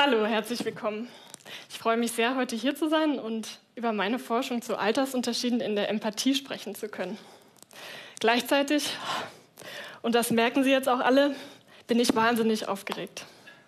Hallo, herzlich willkommen. Ich freue mich sehr, heute hier zu sein und über meine Forschung zu Altersunterschieden in der Empathie sprechen zu können. Gleichzeitig, und das merken Sie jetzt auch alle, bin ich wahnsinnig aufgeregt.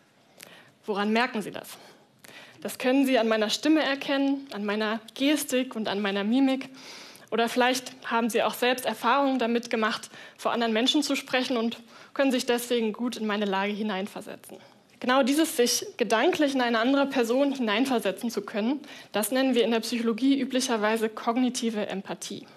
Woran merken Sie das? Das können Sie an meiner Stimme erkennen, an meiner Gestik und an meiner Mimik. Oder vielleicht haben Sie auch selbst Erfahrungen damit gemacht, vor anderen Menschen zu sprechen und können sich deswegen gut in meine Lage hineinversetzen. Genau dieses sich gedanklich in eine andere Person hineinversetzen zu können, das nennen wir in der Psychologie üblicherweise kognitive Empathie.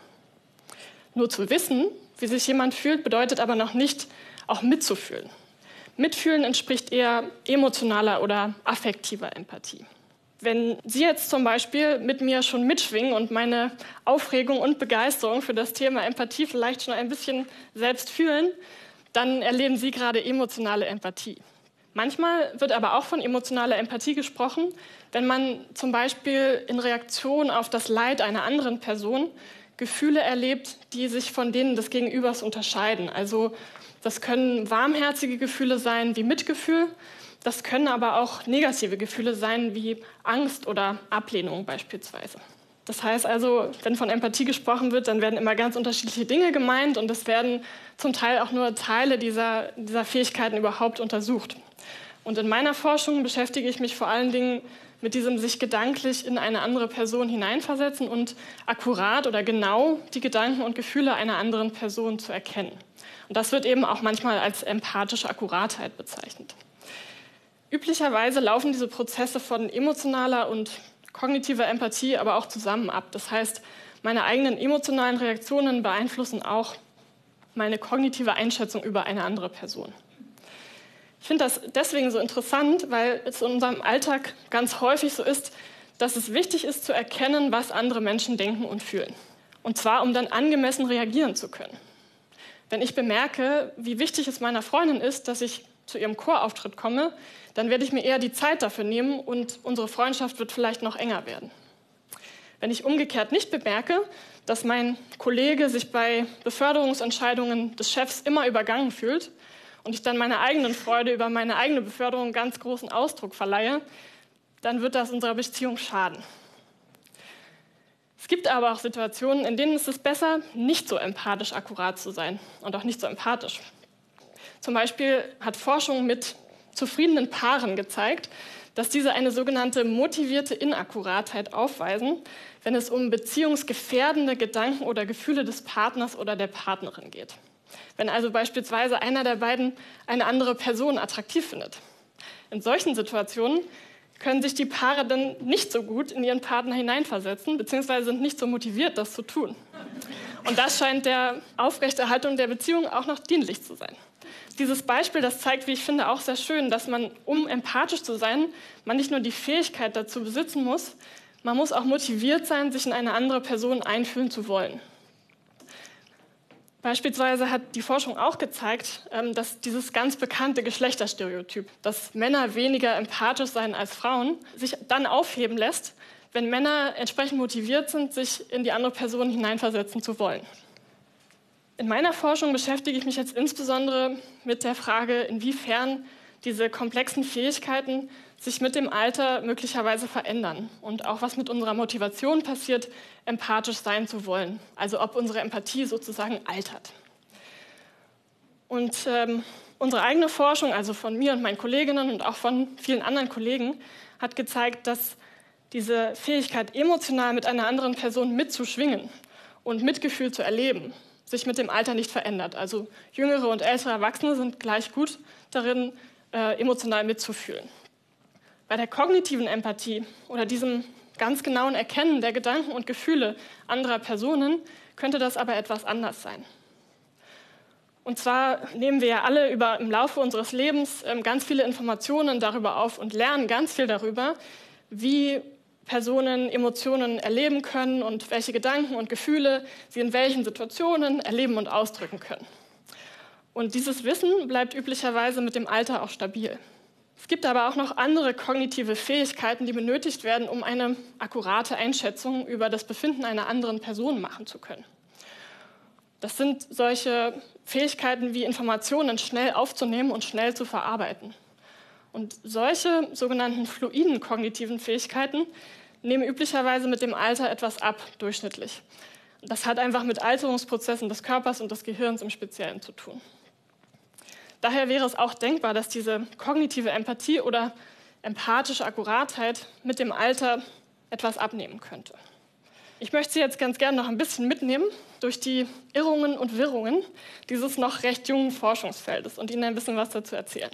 Nur zu wissen, wie sich jemand fühlt, bedeutet aber noch nicht, auch mitzufühlen. Mitfühlen entspricht eher emotionaler oder affektiver Empathie. Wenn Sie jetzt zum Beispiel mit mir schon mitschwingen und meine Aufregung und Begeisterung für das Thema Empathie vielleicht schon ein bisschen selbst fühlen, dann erleben Sie gerade emotionale Empathie. Manchmal wird aber auch von emotionaler Empathie gesprochen, wenn man zum Beispiel in Reaktion auf das Leid einer anderen Person Gefühle erlebt, die sich von denen des Gegenübers unterscheiden. Also das können warmherzige Gefühle sein wie Mitgefühl, das können aber auch negative Gefühle sein wie Angst oder Ablehnung beispielsweise. Das heißt also, wenn von Empathie gesprochen wird, dann werden immer ganz unterschiedliche Dinge gemeint und es werden zum Teil auch nur Teile dieser Fähigkeiten überhaupt untersucht. Und in meiner Forschung beschäftige ich mich vor allen Dingen mit diesem sich gedanklich in eine andere Person hineinversetzen und akkurat oder genau die Gedanken und Gefühle einer anderen Person zu erkennen. Und das wird eben auch manchmal als empathische Akkuratheit bezeichnet. Üblicherweise laufen diese Prozesse von emotionaler und kognitiver Empathie aber auch zusammen ab. Das heißt, meine eigenen emotionalen Reaktionen beeinflussen auch meine kognitive Einschätzung über eine andere Person. Ich finde das deswegen so interessant, weil es in unserem Alltag ganz häufig so ist, dass es wichtig ist zu erkennen, was andere Menschen denken und fühlen. Und zwar, um dann angemessen reagieren zu können. Wenn ich bemerke, wie wichtig es meiner Freundin ist, dass ich zu ihrem Chorauftritt komme, dann werde ich mir eher die Zeit dafür nehmen und unsere Freundschaft wird vielleicht noch enger werden. Wenn ich umgekehrt nicht bemerke, dass mein Kollege sich bei Beförderungsentscheidungen des Chefs immer übergangen fühlt und ich dann meiner eigenen Freude über meine eigene Beförderung ganz großen Ausdruck verleihe, dann wird das unserer Beziehung schaden. Es gibt aber auch Situationen, in denen ist es besser, nicht so empathisch akkurat zu sein und auch nicht so empathisch. Zum Beispiel hat Forschung mit zufriedenen Paaren gezeigt, dass diese eine sogenannte motivierte Inakkuratheit aufweisen, wenn es um beziehungsgefährdende Gedanken oder Gefühle des Partners oder der Partnerin geht. Wenn also beispielsweise einer der beiden eine andere Person attraktiv findet. In solchen Situationen können sich die Paare dann nicht so gut in ihren Partner hineinversetzen, beziehungsweise sind nicht so motiviert, das zu tun. Und das scheint der Aufrechterhaltung der Beziehung auch noch dienlich zu sein. Dieses Beispiel, das zeigt, wie ich finde, auch sehr schön, dass man, um empathisch zu sein, man nicht nur die Fähigkeit dazu besitzen muss, man muss auch motiviert sein, sich in eine andere Person einfühlen zu wollen. Beispielsweise hat die Forschung auch gezeigt, dass dieses ganz bekannte Geschlechterstereotyp, dass Männer weniger empathisch seien als Frauen, sich dann aufheben lässt, wenn Männer entsprechend motiviert sind, sich in die andere Person hineinversetzen zu wollen. In meiner Forschung beschäftige ich mich jetzt insbesondere mit der Frage, inwiefern diese komplexen Fähigkeiten sich mit dem Alter möglicherweise verändern und auch was mit unserer Motivation passiert, empathisch sein zu wollen. Also ob unsere Empathie sozusagen altert. Und unsere eigene Forschung, also von mir und meinen Kolleginnen und auch von vielen anderen Kollegen, hat gezeigt, dass diese Fähigkeit, emotional mit einer anderen Person mitzuschwingen und Mitgefühl zu erleben, sich mit dem Alter nicht verändert. Also jüngere und ältere Erwachsene sind gleich gut darin, emotional mitzufühlen. Bei der kognitiven Empathie oder diesem ganz genauen Erkennen der Gedanken und Gefühle anderer Personen könnte das aber etwas anders sein. Und zwar nehmen wir ja alle im Laufe unseres Lebens ganz viele Informationen darüber auf und lernen ganz viel darüber, wie Personen Emotionen erleben können und welche Gedanken und Gefühle sie in welchen Situationen erleben und ausdrücken können. Und dieses Wissen bleibt üblicherweise mit dem Alter auch stabil. Es gibt aber auch noch andere kognitive Fähigkeiten, die benötigt werden, um eine akkurate Einschätzung über das Befinden einer anderen Person machen zu können. Das sind solche Fähigkeiten wie Informationen schnell aufzunehmen und schnell zu verarbeiten. Und solche sogenannten fluiden kognitiven Fähigkeiten nehmen üblicherweise mit dem Alter etwas ab, durchschnittlich. Das hat einfach mit Alterungsprozessen des Körpers und des Gehirns im Speziellen zu tun. Daher wäre es auch denkbar, dass diese kognitive Empathie oder empathische Akkuratheit mit dem Alter etwas abnehmen könnte. Ich möchte Sie jetzt ganz gerne noch ein bisschen mitnehmen durch die Irrungen und Wirrungen dieses noch recht jungen Forschungsfeldes und Ihnen ein bisschen was dazu erzählen.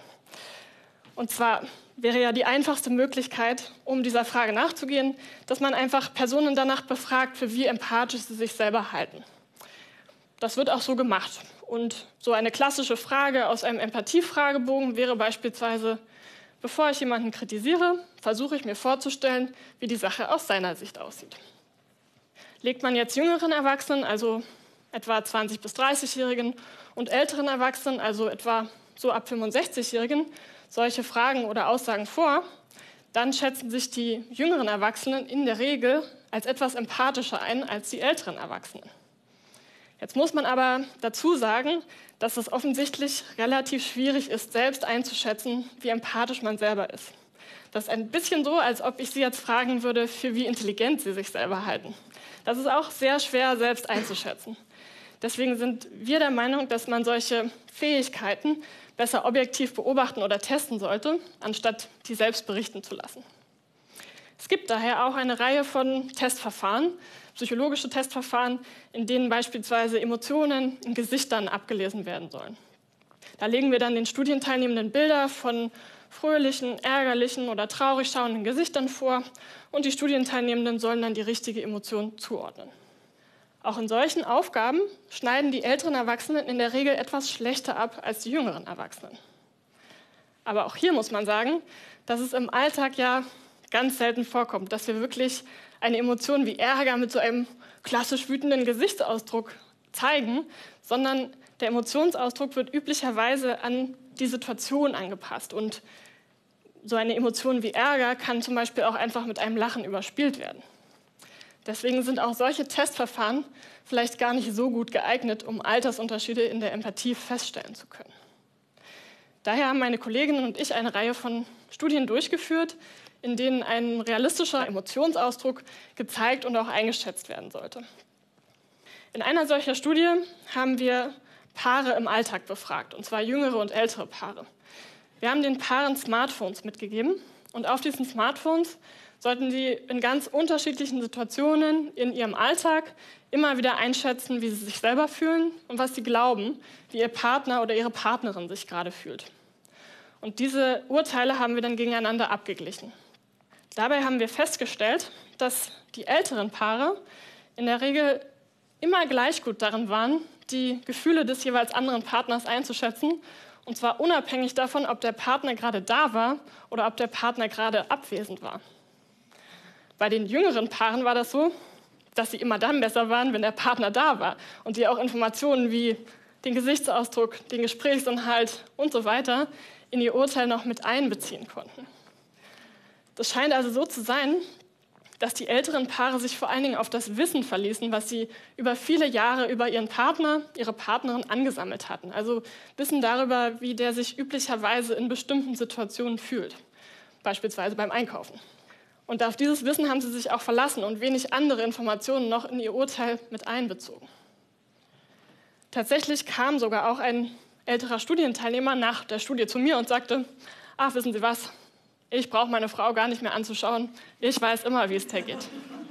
Und zwar wäre ja die einfachste Möglichkeit, um dieser Frage nachzugehen, dass man einfach Personen danach befragt, für wie empathisch sie sich selber halten. Das wird auch so gemacht. Und so eine klassische Frage aus einem Empathiefragebogen wäre beispielsweise: Bevor ich jemanden kritisiere, versuche ich mir vorzustellen, wie die Sache aus seiner Sicht aussieht. Legt man jetzt jüngeren Erwachsenen, also etwa 20- bis 30-Jährigen, und älteren Erwachsenen, also etwa so ab 65-Jährigen, solche Fragen oder Aussagen vor, dann schätzen sich die jüngeren Erwachsenen in der Regel als etwas empathischer ein als die älteren Erwachsenen. Jetzt muss man aber dazu sagen, dass es offensichtlich relativ schwierig ist, selbst einzuschätzen, wie empathisch man selber ist. Das ist ein bisschen so, als ob ich Sie jetzt fragen würde, für wie intelligent Sie sich selber halten. Das ist auch sehr schwer, selbst einzuschätzen. Deswegen sind wir der Meinung, dass man solche Fähigkeiten besser objektiv beobachten oder testen sollte, anstatt die selbst berichten zu lassen. Es gibt daher auch eine Reihe von Testverfahren, psychologische Testverfahren, in denen beispielsweise Emotionen in Gesichtern abgelesen werden sollen. Da legen wir dann den Studienteilnehmenden Bilder von fröhlichen, ärgerlichen oder traurig schauenden Gesichtern vor und die Studienteilnehmenden sollen dann die richtige Emotion zuordnen. Auch in solchen Aufgaben schneiden die älteren Erwachsenen in der Regel etwas schlechter ab als die jüngeren Erwachsenen. Aber auch hier muss man sagen, dass es im Alltag ja ganz selten vorkommt, dass wir wirklich eine Emotion wie Ärger mit so einem klassisch wütenden Gesichtsausdruck zeigen, sondern der Emotionsausdruck wird üblicherweise an die Situation angepasst. Und so eine Emotion wie Ärger kann zum Beispiel auch einfach mit einem Lachen überspielt werden. Deswegen sind auch solche Testverfahren vielleicht gar nicht so gut geeignet, um Altersunterschiede in der Empathie feststellen zu können. Daher haben meine Kolleginnen und ich eine Reihe von Studien durchgeführt, in denen ein realistischer Emotionsausdruck gezeigt und auch eingeschätzt werden sollte. In einer solcher Studie haben wir Paare im Alltag befragt, und zwar jüngere und ältere Paare. Wir haben den Paaren Smartphones mitgegeben und auf diesen Smartphones sollten sie in ganz unterschiedlichen Situationen in ihrem Alltag immer wieder einschätzen, wie sie sich selber fühlen und was sie glauben, wie ihr Partner oder ihre Partnerin sich gerade fühlt. Und diese Urteile haben wir dann gegeneinander abgeglichen. Dabei haben wir festgestellt, dass die älteren Paare in der Regel immer gleich gut darin waren, die Gefühle des jeweils anderen Partners einzuschätzen, und zwar unabhängig davon, ob der Partner gerade da war oder ob der Partner gerade abwesend war. Bei den jüngeren Paaren war das so, dass sie immer dann besser waren, wenn der Partner da war und sie auch Informationen wie den Gesichtsausdruck, den Gesprächsinhalt und so weiter in ihr Urteil noch mit einbeziehen konnten. Das scheint also so zu sein, dass die älteren Paare sich vor allen Dingen auf das Wissen verließen, was sie über viele Jahre über ihren Partner, ihre Partnerin angesammelt hatten. Also Wissen darüber, wie der sich üblicherweise in bestimmten Situationen fühlt, beispielsweise beim Einkaufen. Und auf dieses Wissen haben sie sich auch verlassen und wenig andere Informationen noch in ihr Urteil mit einbezogen. Tatsächlich kam sogar auch ein älterer Studienteilnehmer nach der Studie zu mir und sagte: Ach, wissen Sie was? Ich brauche meine Frau gar nicht mehr anzuschauen. Ich weiß immer, wie es dir geht.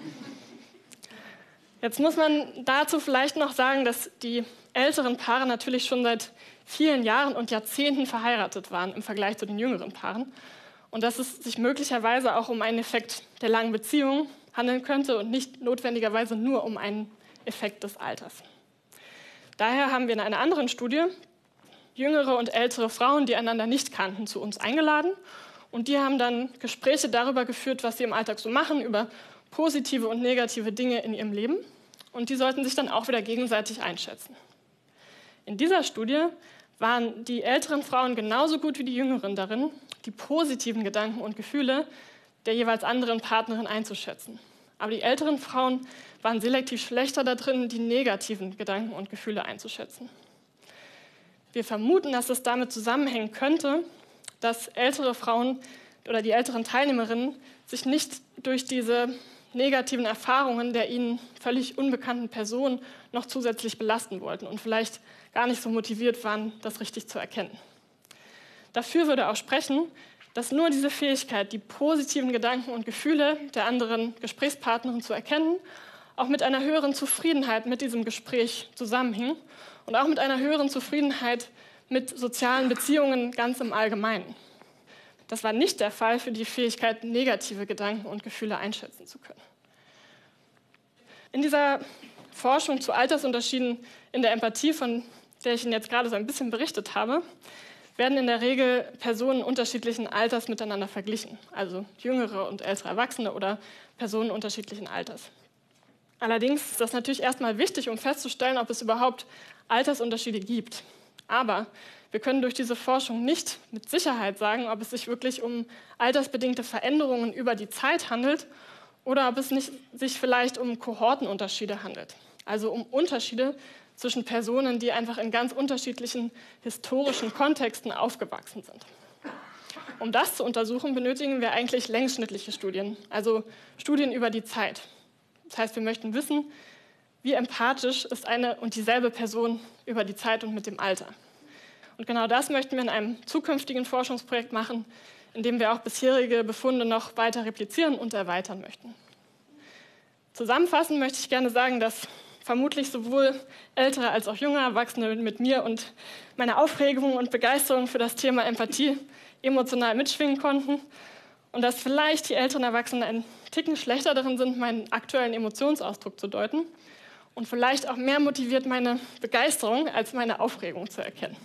Jetzt muss man dazu vielleicht noch sagen, dass die älteren Paare natürlich schon seit vielen Jahren und Jahrzehnten verheiratet waren im Vergleich zu den jüngeren Paaren. Und dass es sich möglicherweise auch um einen Effekt der langen Beziehung handeln könnte und nicht notwendigerweise nur um einen Effekt des Alters. Daher haben wir in einer anderen Studie jüngere und ältere Frauen, die einander nicht kannten, zu uns eingeladen. Und die haben dann Gespräche darüber geführt, was sie im Alltag so machen, über positive und negative Dinge in ihrem Leben. Und die sollten sich dann auch wieder gegenseitig einschätzen. In dieser Studie waren die älteren Frauen genauso gut wie die jüngeren darin, die positiven Gedanken und Gefühle der jeweils anderen Partnerin einzuschätzen. Aber die älteren Frauen waren selektiv schlechter darin, die negativen Gedanken und Gefühle einzuschätzen. Wir vermuten, dass es damit zusammenhängen könnte, dass ältere Frauen oder die älteren Teilnehmerinnen sich nicht durch diese negativen Erfahrungen der ihnen völlig unbekannten Person noch zusätzlich belasten wollten und vielleicht gar nicht so motiviert waren, das richtig zu erkennen. Dafür würde auch sprechen, dass nur diese Fähigkeit, die positiven Gedanken und Gefühle der anderen Gesprächspartnerin zu erkennen, auch mit einer höheren Zufriedenheit mit diesem Gespräch zusammenhing und auch mit einer höheren Zufriedenheit mit sozialen Beziehungen ganz im Allgemeinen. Das war nicht der Fall für die Fähigkeit, negative Gedanken und Gefühle einschätzen zu können. In dieser Forschung zu Altersunterschieden in der Empathie, von der ich Ihnen jetzt gerade so ein bisschen berichtet habe, werden in der Regel Personen unterschiedlichen Alters miteinander verglichen, also jüngere und ältere Erwachsene oder Personen unterschiedlichen Alters. Allerdings ist das natürlich erstmal wichtig, um festzustellen, ob es überhaupt Altersunterschiede gibt. Aber wir können durch diese Forschung nicht mit Sicherheit sagen, ob es sich wirklich um altersbedingte Veränderungen über die Zeit handelt oder ob es sich vielleicht um Kohortenunterschiede handelt, also um Unterschiede zwischen Personen, die einfach in ganz unterschiedlichen historischen Kontexten aufgewachsen sind. Um das zu untersuchen, benötigen wir eigentlich längsschnittliche Studien, also Studien über die Zeit. Das heißt, wir möchten wissen, wie empathisch ist eine und dieselbe Person über die Zeit und mit dem Alter. Und genau das möchten wir in einem zukünftigen Forschungsprojekt machen, in dem wir auch bisherige Befunde noch weiter replizieren und erweitern möchten. Zusammenfassend möchte ich gerne sagen, dass vermutlich sowohl ältere als auch junge Erwachsene mit mir und meiner Aufregung und Begeisterung für das Thema Empathie emotional mitschwingen konnten und dass vielleicht die älteren Erwachsenen ein Ticken schlechter darin sind, meinen aktuellen Emotionsausdruck zu deuten und vielleicht auch mehr motiviert, meine Begeisterung als meine Aufregung zu erkennen.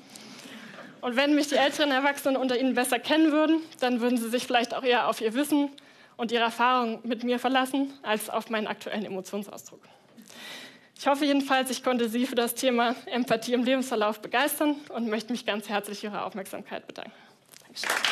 Und wenn mich die älteren Erwachsenen unter Ihnen besser kennen würden, dann würden sie sich vielleicht auch eher auf ihr Wissen und ihre Erfahrung mit mir verlassen, als auf meinen aktuellen Emotionsausdruck. Ich hoffe jedenfalls, ich konnte Sie für das Thema Empathie im Lebensverlauf begeistern und möchte mich ganz herzlich für Ihre Aufmerksamkeit bedanken. Dankeschön.